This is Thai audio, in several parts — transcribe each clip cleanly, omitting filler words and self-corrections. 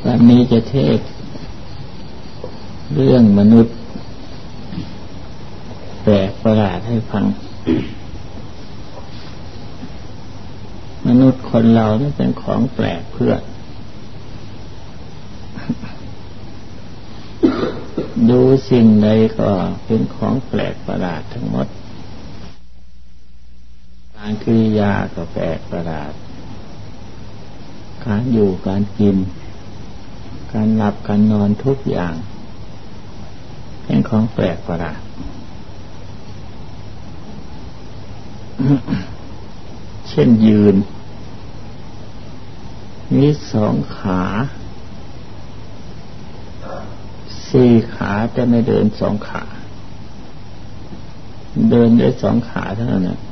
วันนี้จะเทศเรื่องมนุษย์แปลกประหลาดให้ฟัง มนุษย์คนเรานี่เป็นของแปลกเพื่อดูสิ่งใดก็เป็นของแปลกประหลาดทั้งหมดการกิริยาก็แปลกประหลาดการอยู่การกินการหลับการนอนทุกอย่างเป็นของแปลกประหลาด เช่นยืนมี2 ขา4 ขาแต่ไม่เดิน2 ขาเดินได้2 ขาเท่านั้นนะ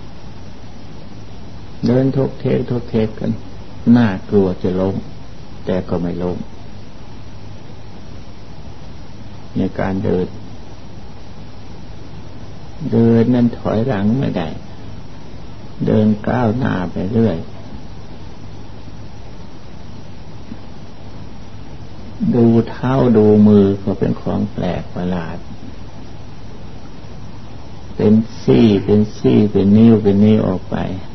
เดินทุกเทกกันน่ากลัวจะล้มแต่ก็ไม่ล้มในการเดินนั้นถอยหลังไม่ได้เดินก้าวหน้าไปเรื่อยดูเท้าดูมือก็เป็นของแปลกประหลาดเป็นซี่เป็นนิ้วออกไป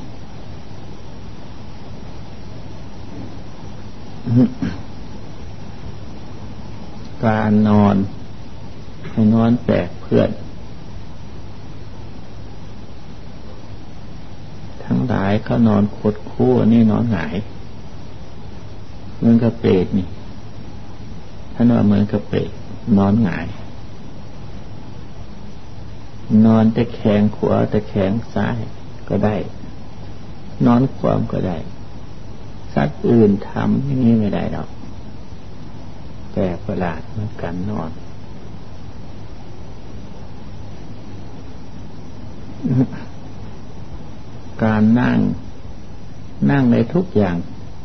การนอนให้นอนแปลกเพื่อนทั้งหลายเขานอนคดคู่นี่นอนหงายเหมือนกับเปรตนี่ถ้านอนเหมือนกับเปรตนอนหงายนอนตะแคงขวาตะแคงซ้ายก็ได้นอนขวางก็ได้สัตว์อื่นทำอย่างนี้ไม่ได้หรอกแปลกประหลาดเหมือนกันนอนการนั่งในทุกอย่าง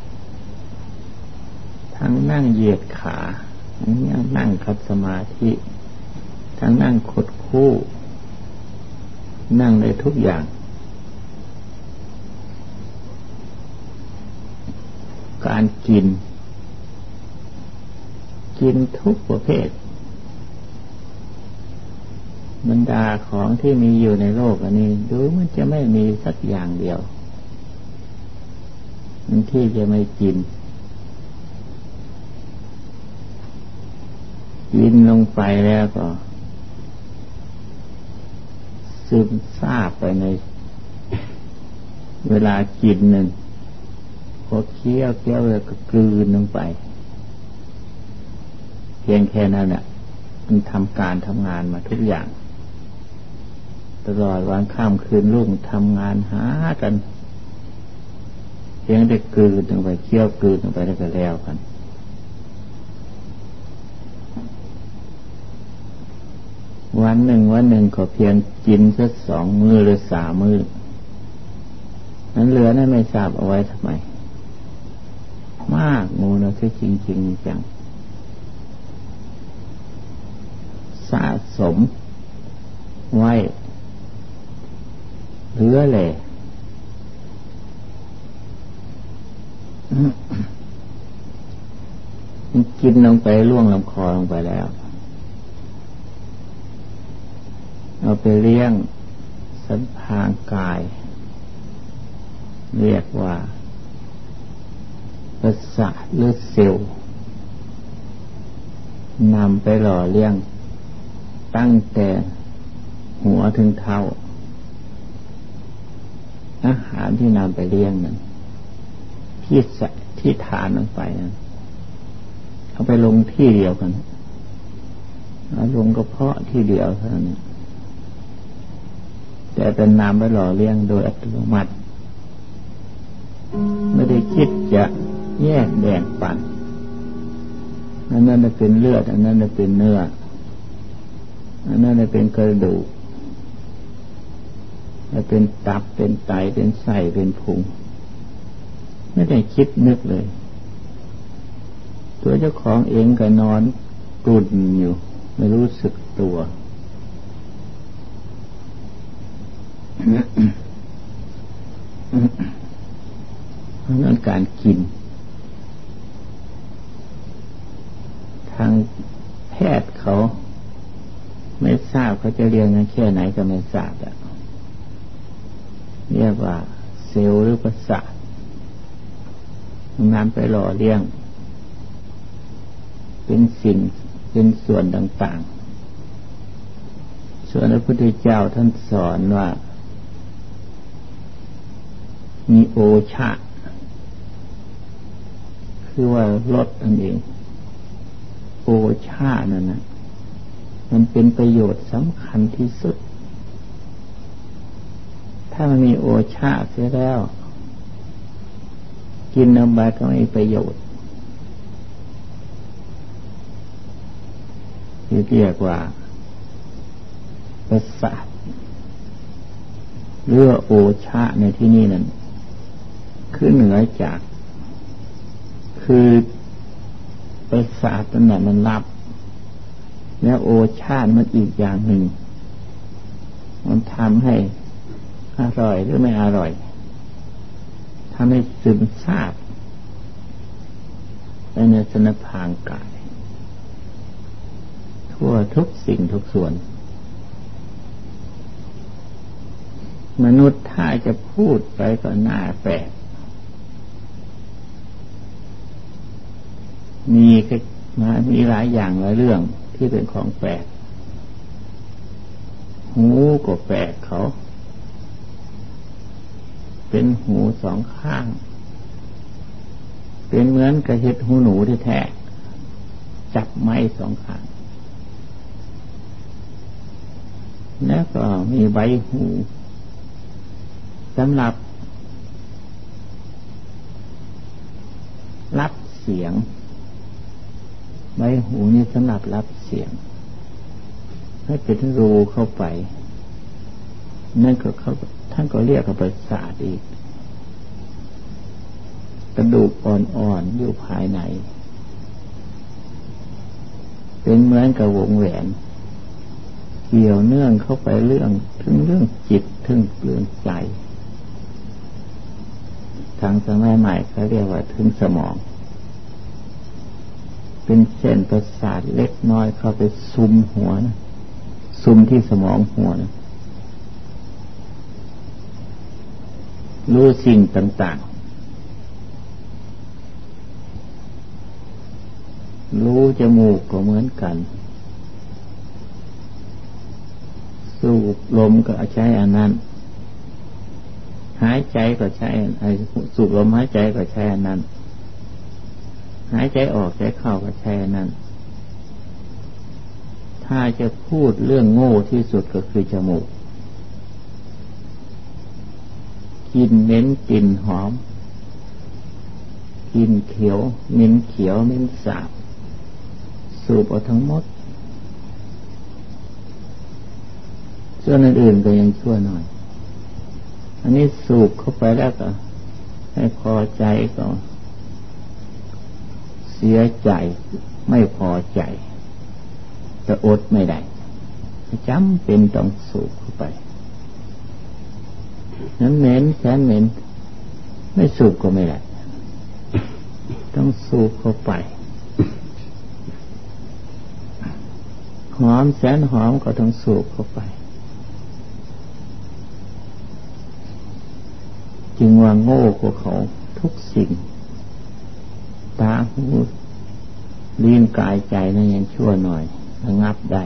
ทั้งนั่งเหยียดขาทั้งนั่งคัดสมาธิทั้งนั่งคดคู่นั่งในทุกอย่างการกินทุกประเภทบรรดาของที่มีอยู่ในโลกอันนี้ดูมันจะไม่มีสักอย่างเดียวมันที่จะไม่กินลงไปแล้วก็ซึมซาบไปในเวลากินหนึ่งพอเคี้ยวแล้วก็กลืนลงไปเพียงแค่นั้นน่ะมันทำการทำงานมาทุกอย่างตลอดวันค่ำคืนรุ่งทำงานหากันเพียงได้กลืนลงไปเคี้ยวกลืนลงไปแล้วก็แล้วกันวันหนึ่งก็เพียงกินสัก2 มื้อหรือ3 มื้อนั้นเหลือนั้นไม่ทราบเอาไว้ทำไมมากงูนะที่จริงจังสะสมไว้เหลือเลยกินลงไปล่วงลำคอลงไปแล้วเอาไปเลี้ยงสันพางกายเรียกว่าประสาทหรือเซลล์นำไปหล่อเลี้ยงตั้งแต่หัวถึงเท้าอาหารที่นำไปเลี้ยงนั้นที่ทานลงไปนั้นเอาไปลงที่เดียวกันเอาลงกระเพาะที่เดียวเท่านั้นแต่เป็นนำไปหล่อเลี้ยงโดยอัตโนมัติไม่ได้คิดจะแยกแบ่งปันอันนั้นจะเป็นเลือดอันนั้นจะเป็นเนื้ออันนั้นจะเป็นกระดูกจะเป็นตับเป็นไตเป็นไส้เป็นพุงไม่ได้คิดนึกเลยตัวเจ้าของเองก็นอนกลุ่นอยู่ไม่รู้สึกตัว เพราะนั้นการกินางแพทย์เขาไม่ทราบเขาจะเรียนกันแค่ไหนก็ไม่ทราบอ่ะเรียกว่าเซลล์หรือประสาทนำไปหล่อเลี้ยงเป็นสิ่งเป็นส่วนต่างๆส่วนพระพุทธเจ้าท่านสอนว่ามีโอชะคือว่ารสนั่นเองโอชะนั่นนะมันเป็นประโยชน์สำคัญที่สุดถ้ามันมีโอชะเสียแล้วกินน้ำบาก็ไม่มีประโยชน์ที่เรียกว่าประสาทหรือโอชะในที่นี้นั่นคือเหนือจากคือประสาทนั่นแหละมันรับแล้วโอชามันอีกอย่างหนึ่งมันทำให้อร่อยหรือไม่อร่อยทำให้ซึมซาบไปในสนพางกายทั่วทุกสิ่งทุกส่วนมนุษย์ถ้าจะพูดไปก็น่าแปลกมีหลายอย่างหลายเรื่องที่เป็นของแปลกหูก็แปลกเขาเป็นหูสองข้างเป็นเหมือนกระเห็ดหูหนูที่แท้จับไม้สองข้างแล้วก็มีใบหูสำหรับรับเสียงใบหูนี่สำหรับรับเสียงให้เป็นรูเข้าไปนั่นก็ท่านก็เรียกว่าประสาทอีกกระดูกอ่อนๆอยู่ภายในเป็นเหมือนกับวงแหวนเกี่ยวเนื่องเข้าไปเรื่องจิตถึงเรื่องใจทางสมัยใหม่เขาเรียกว่าถึงสมองเป็นเส้นประสาทเล็กน้อยเข้าไปซุมหัวนะซุมที่สมองหัวนะรู้สิ่งต่างๆรู้จมูกก็เหมือนกันสูบลมก็ใช้อันนั้นหายใจก็ใช้สูบลมหายใจก็ใช้อันนั้นหายใจออกใจเข้าก็ใช้อันนั้นถ้าจะพูดเรื่องโง่ที่สุดก็คือจมูกกินเหม็นกลิ่นหอมกินเขียวเหม็นเขียวเหม็นสาบสูบเอาทั้งหมดส่วนอื่นๆก็ยังชั่วหน่อยอันนี้สูบเข้าไปแล้วก็ให้พอใจก็เสียใจไม่พอใจแต่อดไม่ได้จำเป็นต้องสูบเข้าไปนั้นเหม็นแสนเหม็นไม่สูบก็ไม่ได้ต้องสูบเข้าไปหอมแสนหอมก็ต้องสูบเข้าไปจึงว่าโง่กว่าเขาทุกสิ่งตาหูลิ้นกายใจนั้นยังชั่วหน่อยระงับได้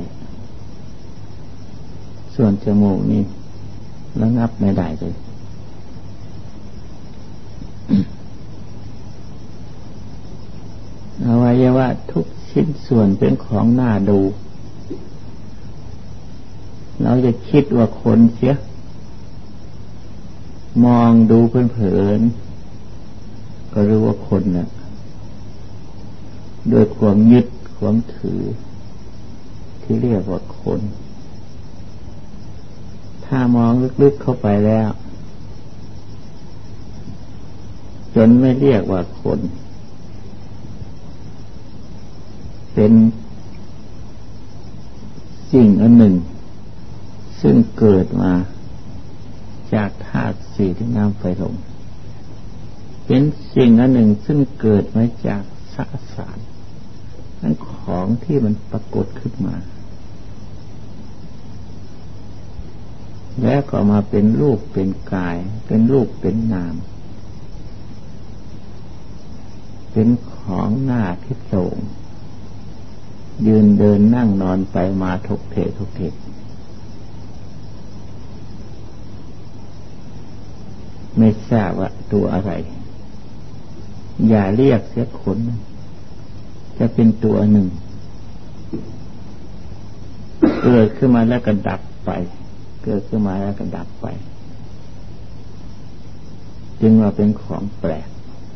ส่วนจมูกนี่ระงับไม่ได้เลยอวัยวะทุกชิ้นส่วนเป็นของน่าดูเราจะคิดว่าคนเสียมองดูเพลินๆก็รู้ว่าคนน่ะโดยความยึดความถือที่เรียกว่าคนถ้ามองลึกๆเข้าไปแล้วจนไม่เรียกว่าคนเป็นสิ่งอันหนึ่งซึ่งเกิดมาจากธาตุสี่ที่น้ำไฟลมเป็นสิ่งอันหนึ่งซึ่งเกิดมาจากสสารทั้งของที่มันปรากฏขึ้นมาแล้วก็มาเป็นรูปเป็นกายเป็นรูปเป็นนามเป็นของหน้าพิศวงยืนเดินนั่งนอนไปมาทุกเททุกเทไม่ทราบว่าตัวอะไรอย่าเรียกเสียคนจะเป็นตัวหนึ่งเกิดขึ้นมาแล้วก็ดับไปเกิดขึ้นมาแล้วก็ดับไปจึงว่าเป็นของแปลก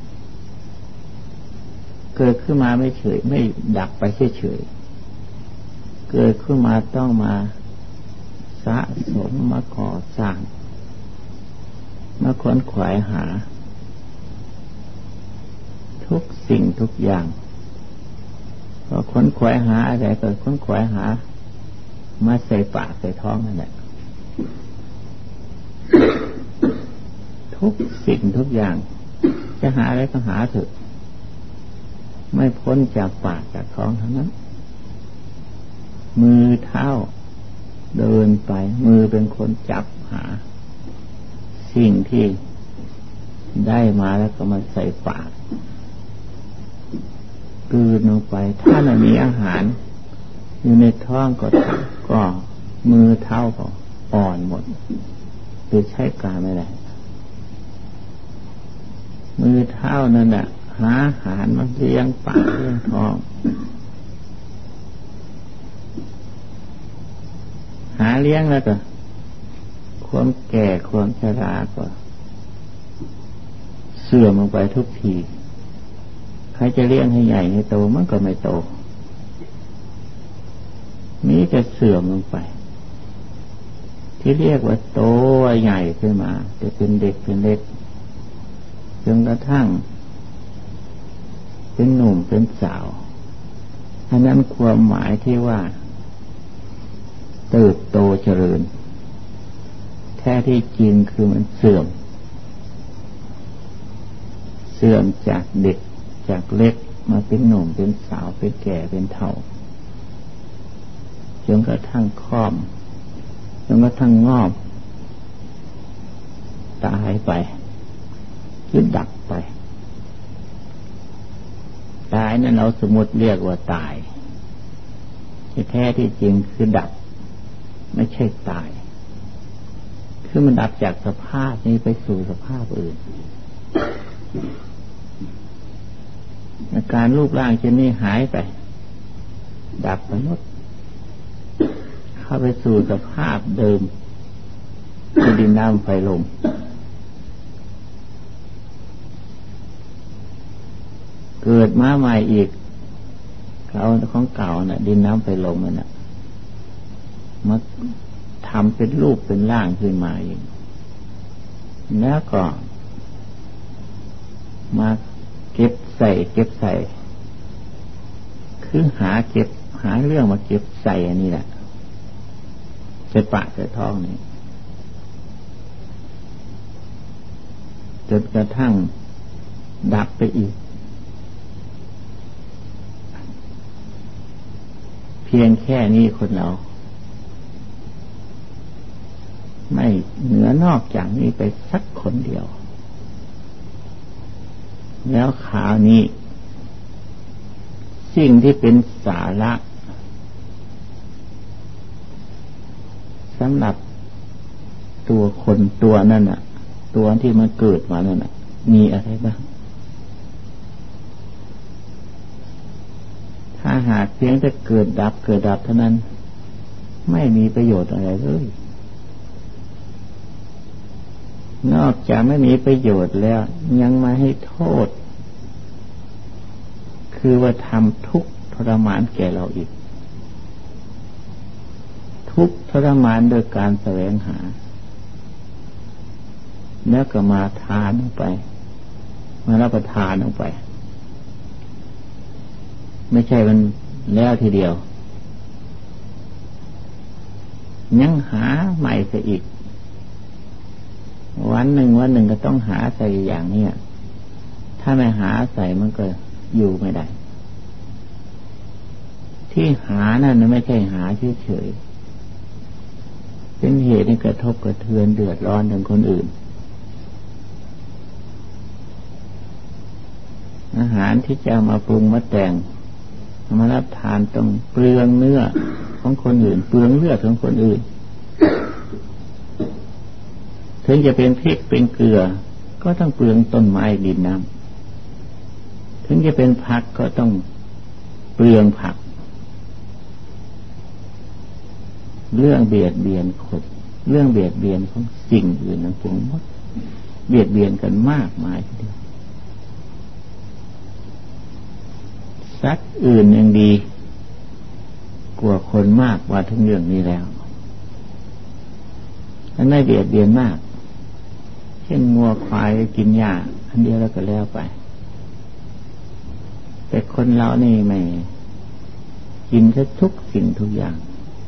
เกิดขึ้นมาไม่เฉยไม่ดับไปเฉยๆเกิดขึ้นมาต้องมาสะสมมาก่อสร้างมาค้นขวายหาทุกสิ่งทุกอย่างพอค้นขวายหาอะไรก็ค้นขวายหามาใส่ปากใส่ท้องนั่นแหละทุกสิ่งทุกอย่างจะหาอะไรก็หาเถอะไม่พ้นจากปากจากท้องเท่านั้นมือเท้าเดินไปมือเป็นคนจับหาสิ่งที่ได้มาแล้วก็มาใส่ปากกลืนลงไปถ้าไม่มีอาหารอยู่ในท้องก็มือเท้าก็อ่อนหมดหรือใช้การไม่ได้มือเท้านั่นแหละหาอาหารมาเลี้ยงปากเลี้ยงท้องหาเลี้ยงแล้วก็ความแก่ความชราก็เสื่อมลงไปทุกทีใครจะเลี้ยงให้ใหญ่ให้โตมันก็ไม่โตมีแต่เสื่อมลงไปที่เรียกว่าโตใหญ่ขึ้นมาจะเป็นเด็กเป็นเล็กจนกระทั่งเป็นหนุ่มเป็นสาวอันนั้นความหมายที่ว่าเติบโตเจริญแท้ที่จริงคือมันเสื่อมจากเด็กจากเล็กมาเป็นหนุ่มเป็นสาวเป็นแก่เป็นเฒ่าจนกระทั่งค่อมจนกระทั่งงอบตายไปหรือดับไปตายนั้นเราสมมติเรียกว่าตายที่แท้ที่จริงคือดับไม่ใช่ตายคือมันดับจากสภาพนี้ไปสู่สภาพอื่นอาการรูปร่างเช่นนี้หายไปดับไปหมดเข้าไปสู่สภาพเดิมคือดินน้ำไฟลมเกิดมาใหม่อีกเขาของเก่าน่ะดินน้ำไฟลมมันน่ะมาทำเป็นรูปเป็นร่างขึ้นมาอีกแล้วก็มาเก็บใส่คือหาเรื่องมาเก็บใส่อันนี้แหละใส่ปากใส่ท้องนี่จนกระทั่งดับไปอีกเพียงแค่นี้คนเราไม่เหนือนอกจากนี้ไปสักคนเดียวแล้วคราวนี้สิ่งที่เป็นสาระสำหรับตัวคนตัวนั่นน่ะตัวที่มันเกิดมานั่นน่ะมีอะไรบ้างถ้าหากเพียงแต่เกิดดับเท่านั้นไม่มีประโยชน์อะไรเลยนอกจากไม่มีประโยชน์แล้วยังมาให้โทษคือว่าทำทุกข์ทรมานแก่เราอีกทุกข์ทรมานโดยการแสวงหาแล้วก็มาทานลงไปมารับประทานลงไปไม่ใช่มันแล้วทีเดียวยังหาใหม่ซะอีกวันหนึ่งก็ต้องหาใส่อย่างนี้ถ้าไม่หาใส่มันก็อยู่ไม่ได้ที่หานั่นไม่ใช่หาเฉยๆเป็นเหตุให้กระทบกระเทือนเดือดร้อนถึงคนอื่นอาหารที่จะมาปรุงมาแต่งมารับทานต้องเปลืองเนื้อของคนอื่นเปลืองเลือดของคนอื่นถึงจะเป็นพริกเป็นเกลือก็ต้องเปลืองต้นไม้ดินน้ำถึงจะเป็นผักก็ต้องเปลืองผักเรื่องเบียดเบียนคนเรื่องเบียดเบียนของสิ่งอื่นทั้งปวงหมดเบียดเบียนกันมากมายทีเดียวสัตว์อื่นยังดีกว่าคนมากว่าทั้งเรื่องนี้แล้วอันไม่เบียดเบียนมากเช่นงัวควายกินหญ้าอันเดียวแล้วก็แล้วไปแต่คนเรานี่ไม่กินทุกสิ่งทุกอย่าง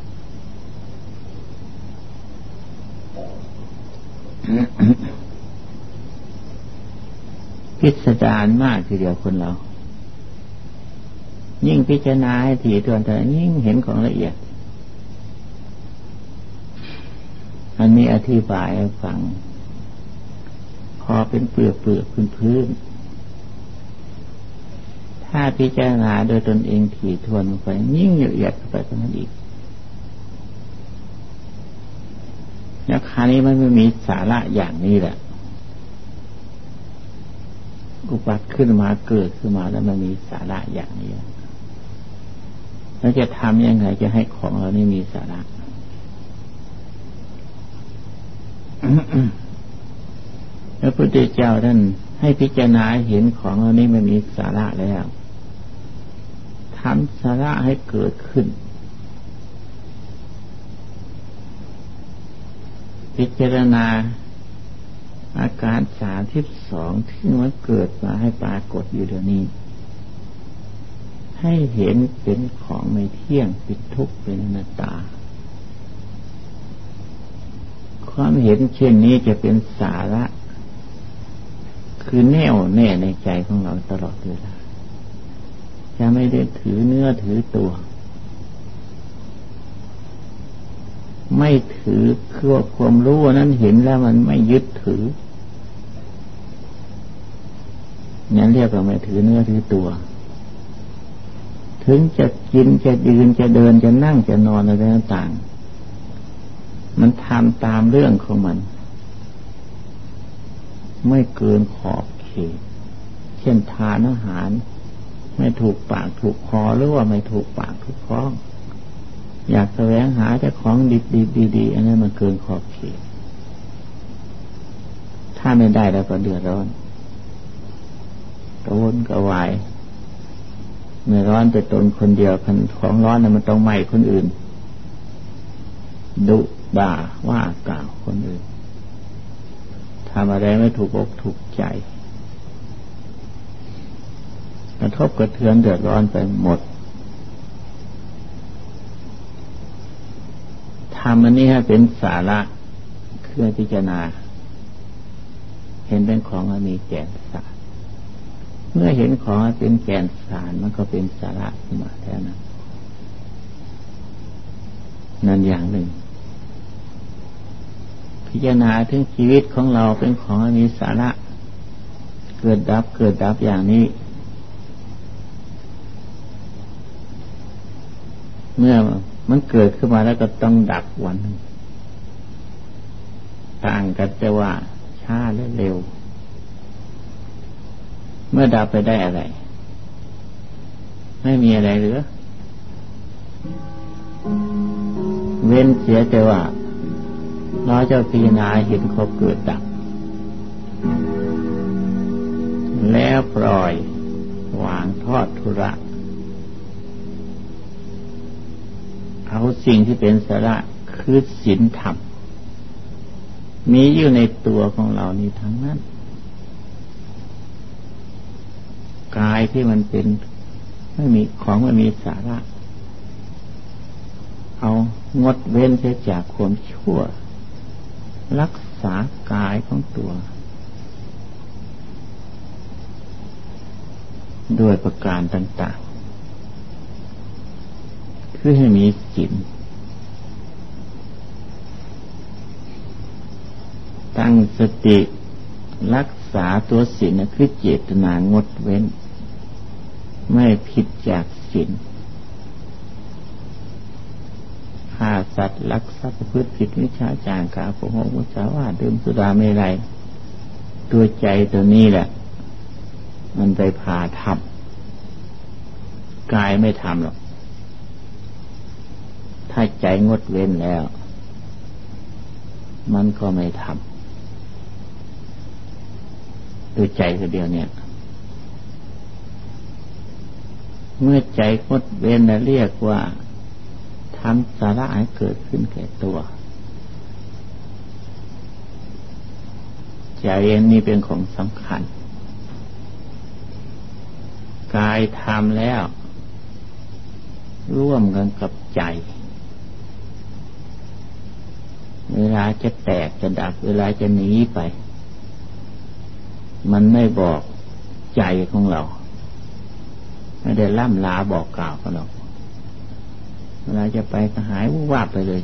พิสดารมากทีเดียวคนเรายิ่งพิจารณาให้ถี่ถ้วนแต่ยิ่งเห็นของละเอียดอันนี้อธิบายให้ฟังพอเป็นเปลือกพื้นถ้าพิจารณาโดยตนเองถี่ถ้วนไปยิ่งละเอียดไปกว่านั้นอีกแล้วคราวนี้มันไม่มีสาระอย่างนี้แหละอุบัติขึ้นมาเกิดขึ้นมาแล้วมันมีสาระอย่างนี้แล้วจะทำยังไงจะให้ของเรานี่มีสาระ พระพุทธเจ้าท่านให้พิจารณาเห็นของเรานี่มันมีสาระแล้วทำสาระให้เกิดขึ้นพิจารณาอาการ32ที่มันเกิดมาให้ปรากฏอยู่เดี๋ยวนี้ให้เห็นเป็นของไม่เที่ยงเป็นทุกข์เป็นอนัตตาความเห็นเช่นนี้จะเป็นสาระคือแน่วแน่ในใจของเราตลอดเวลาจะไม่ได้ถือเนื้อถือตัวไม่ถือคือความรู้นั้นเห็นแล้วมันไม่ยึดถือนั่นเรียกว่าไม่ถือเนื้อถือตัวถึงจะกินจะยืนจะเดินจะนั่งจะนอนอะไรต่างๆมันทำตามเรื่องของมันไม่เกินขอบเขตเช่นทานอาหารไม่ถูกปากถูกคอหรือว่าไม่ถูกปากถูกคออยากแสวงหาแต่ของดีๆอันนั้นมันเกินขอบเขตถ้าไม่ได้แล้วก็เดือดร้อนกระวนกระวายไม่ร้อนแต่ตนคนเดียวของร้อนนั้นมันต้องไหม้คนอื่นดุด่าว่ากล่าวคนอื่นทำอะไรไม่ถูกอกถูกใจกระทบกระเทือนเดือดร้อนไปหมดทำอันนี้ให้เป็นสาระเครื่องพิจารณาเห็นเป็นของมีแก่นสารเมื่อเห็นของเป็นแก่นสารมันก็เป็นสาระขึ้นมาแท้นั้นนั่นอย่างหนึ่งพิจารณาถึงชีวิตของเราเป็นของมีสาระเกิดดับอย่างนี้เมื่อมันเกิดขึ้นมาแล้วก็ต้องดับวันต่างกันแต่ว่าช้าและเร็วเมื่อดับไปได้อะไรไม่มีอะไรเหลือเว้นเสียแต่ว่าเราจะพิจารณาเห็นเขาเกิดดับแล้วปล่อยวางทอดทุระเอาสิ่งที่เป็นสาระคือศีลธรรมมีอยู่ในตัวของเรานี่ทั้งนั้นกายที่มันเป็นไม่มีของไม่มีสาระเอางดเว้นเสียจากความชั่วรักษากายของตัวด้วยประการต่างๆคือให้มีศีลตั้งสติรักษาตัวศีลคือเจตนางดเว้นไม่ผิดจากศีลฆ่าสัตว์ลักทรัพย์ประพฤติผิดวิชาจารกล่าวโกหกมุสาวาทดื่มสุราเมรัยตัวใจตัวนี้แหละมันไปพาทำกายไม่ทำหรอกถ้าใจงดเว้นแล้วมันก็ไม่ทำตัวใจตัวเดียวเนี่ยเมื่อใจงดเว้นเรียกว่าทำสาระให้เกิดขึ้นแก่ตัวใจนี้เป็นของสำคัญกายทำแล้วร่วมกันกับใจเวลาจะแตกจะดับเวลาจะหนีไปมันไม่บอกใจของเราไม่ได้ล่ำลาบอกกล่าวกันหรอกเวลาจะไปก็หายวุบวาบไปเลย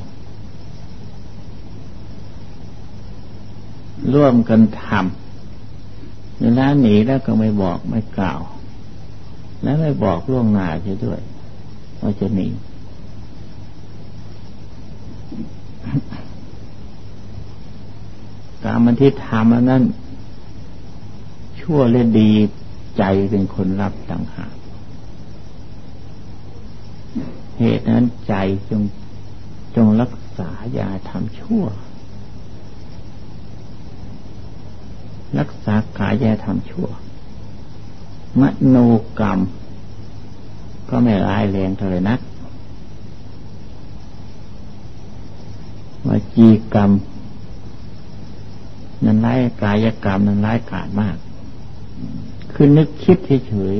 ร่วมกันทำเวลาหนีแล้วก็ไม่บอกไม่กล่าวและไม่บอกล่วงหน้าเสียด้วยว่าจะหนีการมันที่ทำอันนั้นชั่วและดีใจเป็นคนรับต่างหากเหตุนั้นใจจงรักษาอย่าทำชั่วรักษากายอย่าทำชั่วมโนกรรมก็ไม่ร้ายแรงเท่าไหร่นักวจีกรรมนั้นร้ายกายกรรมนั้นร้ายกาจมากคือนึกคิดเฉย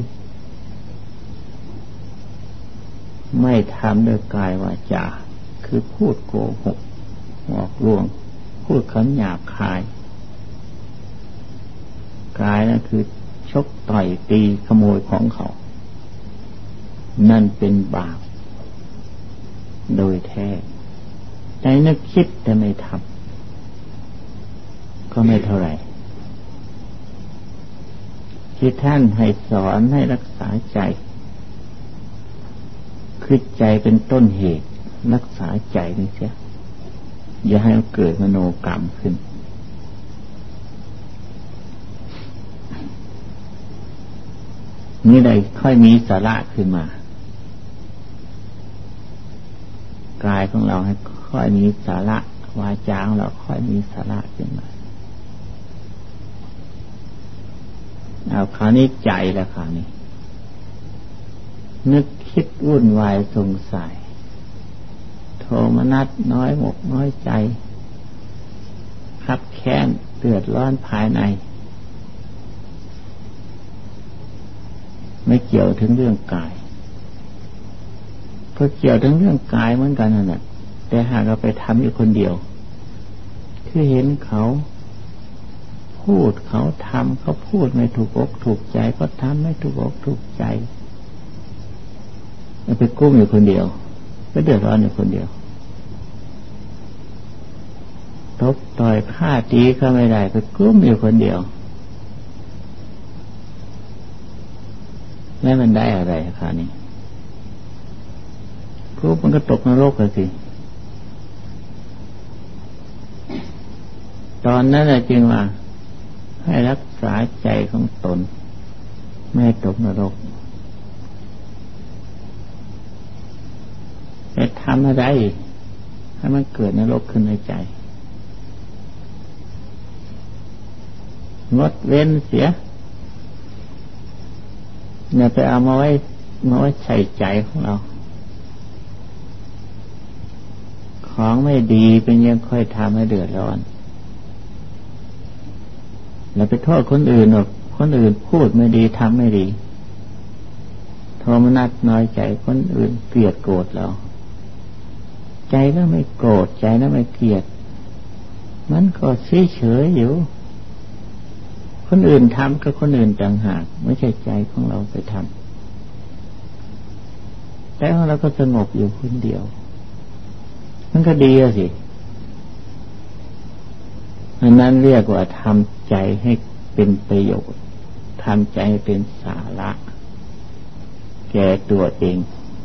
ๆไม่ทำด้วยกายวาจาคือพูดโกหกหลอกลวงพูดคำหยาบคายกายนั่นคือชกต่อยตีขโมยของเขานั่นเป็นบาปโดยแท้ใจนึกคิดแต่ไม่ทำก็ไม่เท่าไหร่ที่ท่านให้สอนให้รักษาใจคือใจเป็นต้นเหตุรักษาใจนี่เสียอย่าให้มันเกิดมโนกรรมขึ้นนี่เลยค่อยมีสาระขึ้นมากายของเราให้ค่อยมีสาระวาจาของเราค่อยมีสาระขึ้นมาเอาคราวนี้ใจแล้วคราวนี้นึกคิดวุ่นวายสงสัยโทมนัสน้อยหมกน้อยใจคับแค้นเดือดร้อนภายในไม่เกี่ยวถึงเรื่องกายก็เกี่ยวถึงเรื่องกายเหมือนกันนั่นแหละแต่หากเราไปทำอยู่คนเดียวคือเห็นเขาพูดเขาทำเขาพูดไม่ถูกอกถูกใจก็ทำไม่ถูกอกถูกใจไปกุ้มอยู่คนเดียวไปเดือดร้อนอยู่คนเดียวตบต่อยฆ่าตีก็ไม่ได้ไปกุ้มอยู่คนเดียวแล้วมันได้อะไรคะนี่กุ้มมันก็ตกนรกเลยสิตอนนั้นจึงว่าให้รักษาใจของตนไม่ให้ตกนรกแต่ทำอะไรให้มันเกิดนรกขึ้นในใจงดเว้นเสียอย่าไปเอามาไว้ใส่ใจของเราของไม่ดีเป็นยังค่อยทำให้เดือดร้อนแล้วไปโทษคนอื่นหรอกคนอื่นพูดไม่ดีทำไม่ดีโทมนัสน้อยใจคนอื่นเกลียดโกรธเราใจแล้วไม่โกรธใจแล้วไม่เกลียดมันก็เฉยๆอยู่คนอื่นทำก็คนอื่นต่างหากไม่ใช่ใจของเราไปทแต่ว่าเราก็สงบอยู่คนเดียวมันก็ดีอะสิอันนั้นเรียกว่าทำใจให้เป็นประโยชน์ทำใจให้เป็นสาระแก่ตัวเอง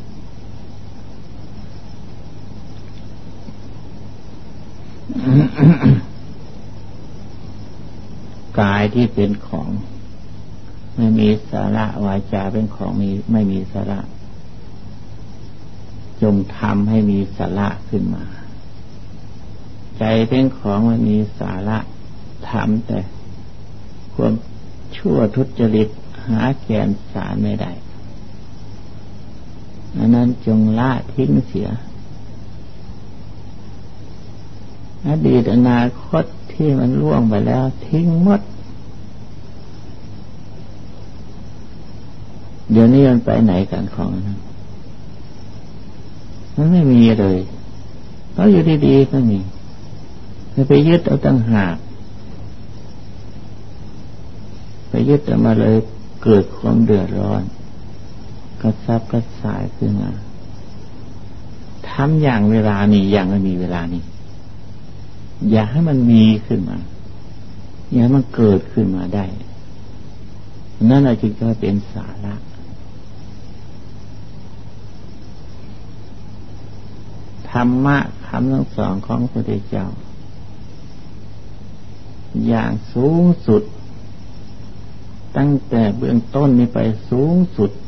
กายที่เป็นของไม่มีสาระวาจาเป็นของไม่มีสาระจงทำให้มีสาระขึ้นมาใจเป็นของไม่มีสาระทำแต่ความชั่วทุจริตหาแก่นสารไม่ได้อันนั้นจงละทิ้งเสียอดีตอนาคตที่มันล่วงไปแล้วทิ้งหมดเดี๋ยวนี้มันไปไหนกันของนั้นมันไม่มีเลยเพราะอยู่ดีๆก็มีไปยึดเอาตั้งหากไปยึดเอามาเลยเกิดความเดือดร้อนกระซับกระส่ายขึ้นมาทำอย่างเวลานี้อย่างไม่มีเวลานี้อย่าให้มันมีขึ้นมาอย่าให้มันเกิดขึ้นมาได้นั่นจึงจะเป็นสาระธรรมะคำทั้งสองของพระพุทธเจ้าอย่างสูงสุดตั้งแต่เบื้องต้นนี้ไปสูงสุด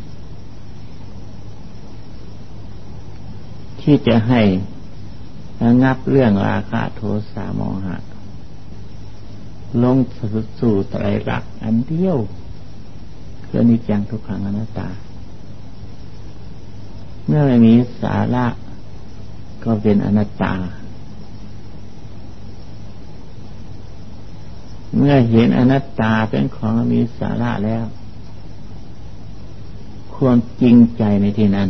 ที่จะให้ระงับเรื่องราคะโทสะโมหะลงสู่ไตรลักษณ์อันเดียวคืออนิจจังทุกขังอนัตตาเมื่อไม่มีสาระก็เป็นอนัตตาเมื่อเห็นอนัตตาเป็นของมีสาระแล้วความจริงใจในที่นั้น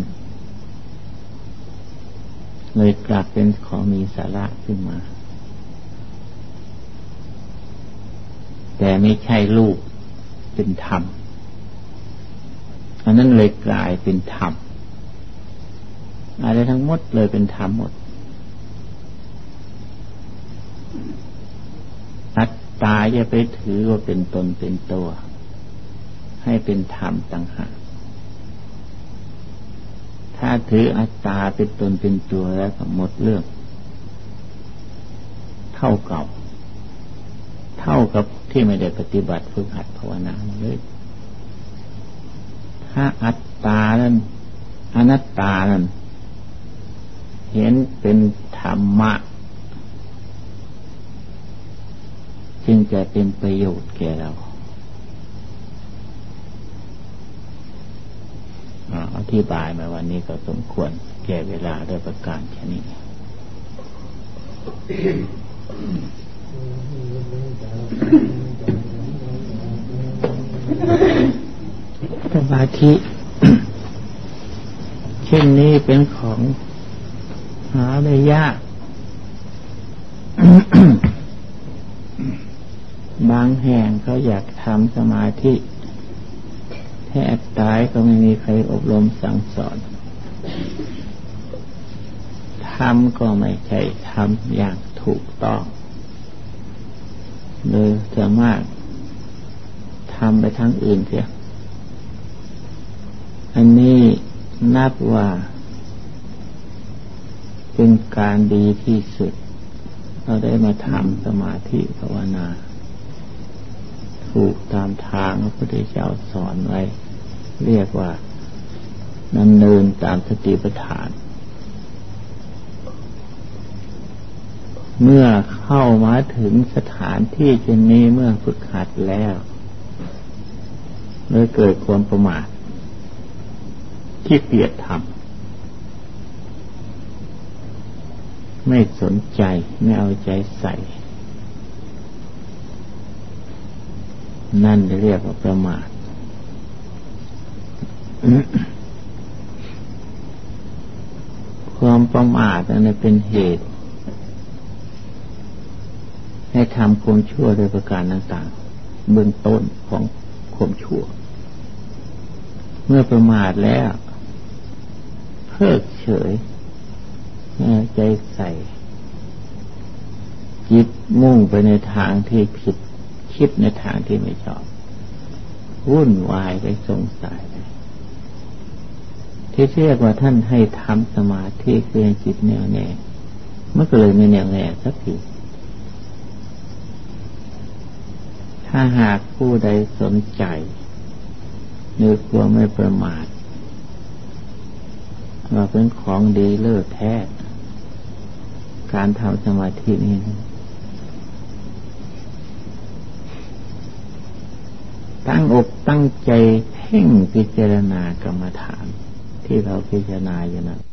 เลยกลับเป็นของมีสาระขึ้นมาแต่ไม่ใช่รูปเป็นธรรมอันนั้นเลยกลายเป็นธรรมอะไรทั้งหมดเลยเป็นธรรมหมดอัตตาอย่าไปถือว่าเป็นตนเป็นตัวให้เป็นธรรมต่างหากถ้าถืออัตตาเป็นตนเป็นตัวแล้วก็หมดเรื่องเท่ากับที่ไม่ได้ปฏิบัติฝึกหัดภาวนาเลยถ้าอัตตานั้นอนัตตานั้นเห็นเป็นธรรมะจึงจะเป็นประโยชน์แก่เราอธิบายมาวันนี้ก็สมควรแก่เวลาด้วยประการชนี้สมาธิเช่นนี้เป็นของหาได้ยาก บางแห่งเขาอยากทำสมาธิแทบตายก็ไม่มีใครอบรมสั่งสอนทำก็ไม่ใช่ทำอย่างถูกต้องเลยจะมากทำไปทางอื่นเสียอันนี้นับว่าเป็นการดีที่สุดเราได้มาทำสมาธิภาวนาถูกตามทางพระพุทธเจ้าสอนไว้เรียกว่าดำเนินตามสติปัฏฐานเมื่อเข้ามาถึงสถานที่เช่นนี้เมื่อฝึกหัดแล้วเลยเกิดความประมาทขี้เกียจทำไม่สนใจไม่เอาใจใส่นั่นเรียกว่าประมาท ความประมาทนั้นเป็นเหตุให้ทำความชั่วโดยประการต่างๆเบื้องต้นของความชั่วเมื่อประมาทแล้วเพิกเฉยใจใส่จิตมุ่งไปในทางที่ผิดคิดในทางที่ไม่ชอบวุ่นวายไปสงสัยที่เรียกว่าท่านให้ทำสมาธิคือจิตแน่วแน่มันก็เลยไม่แน่วแน่สักทีถ้าหากผู้ใดสนใจนึกว่าไม่ประมาทว่าเป็นของดีเลิศแท้การทำสมาธินี้ตั้งอกตั้งใจเพ่งพิจารณากรรมฐานที่เราพิจารณาอยู่นะ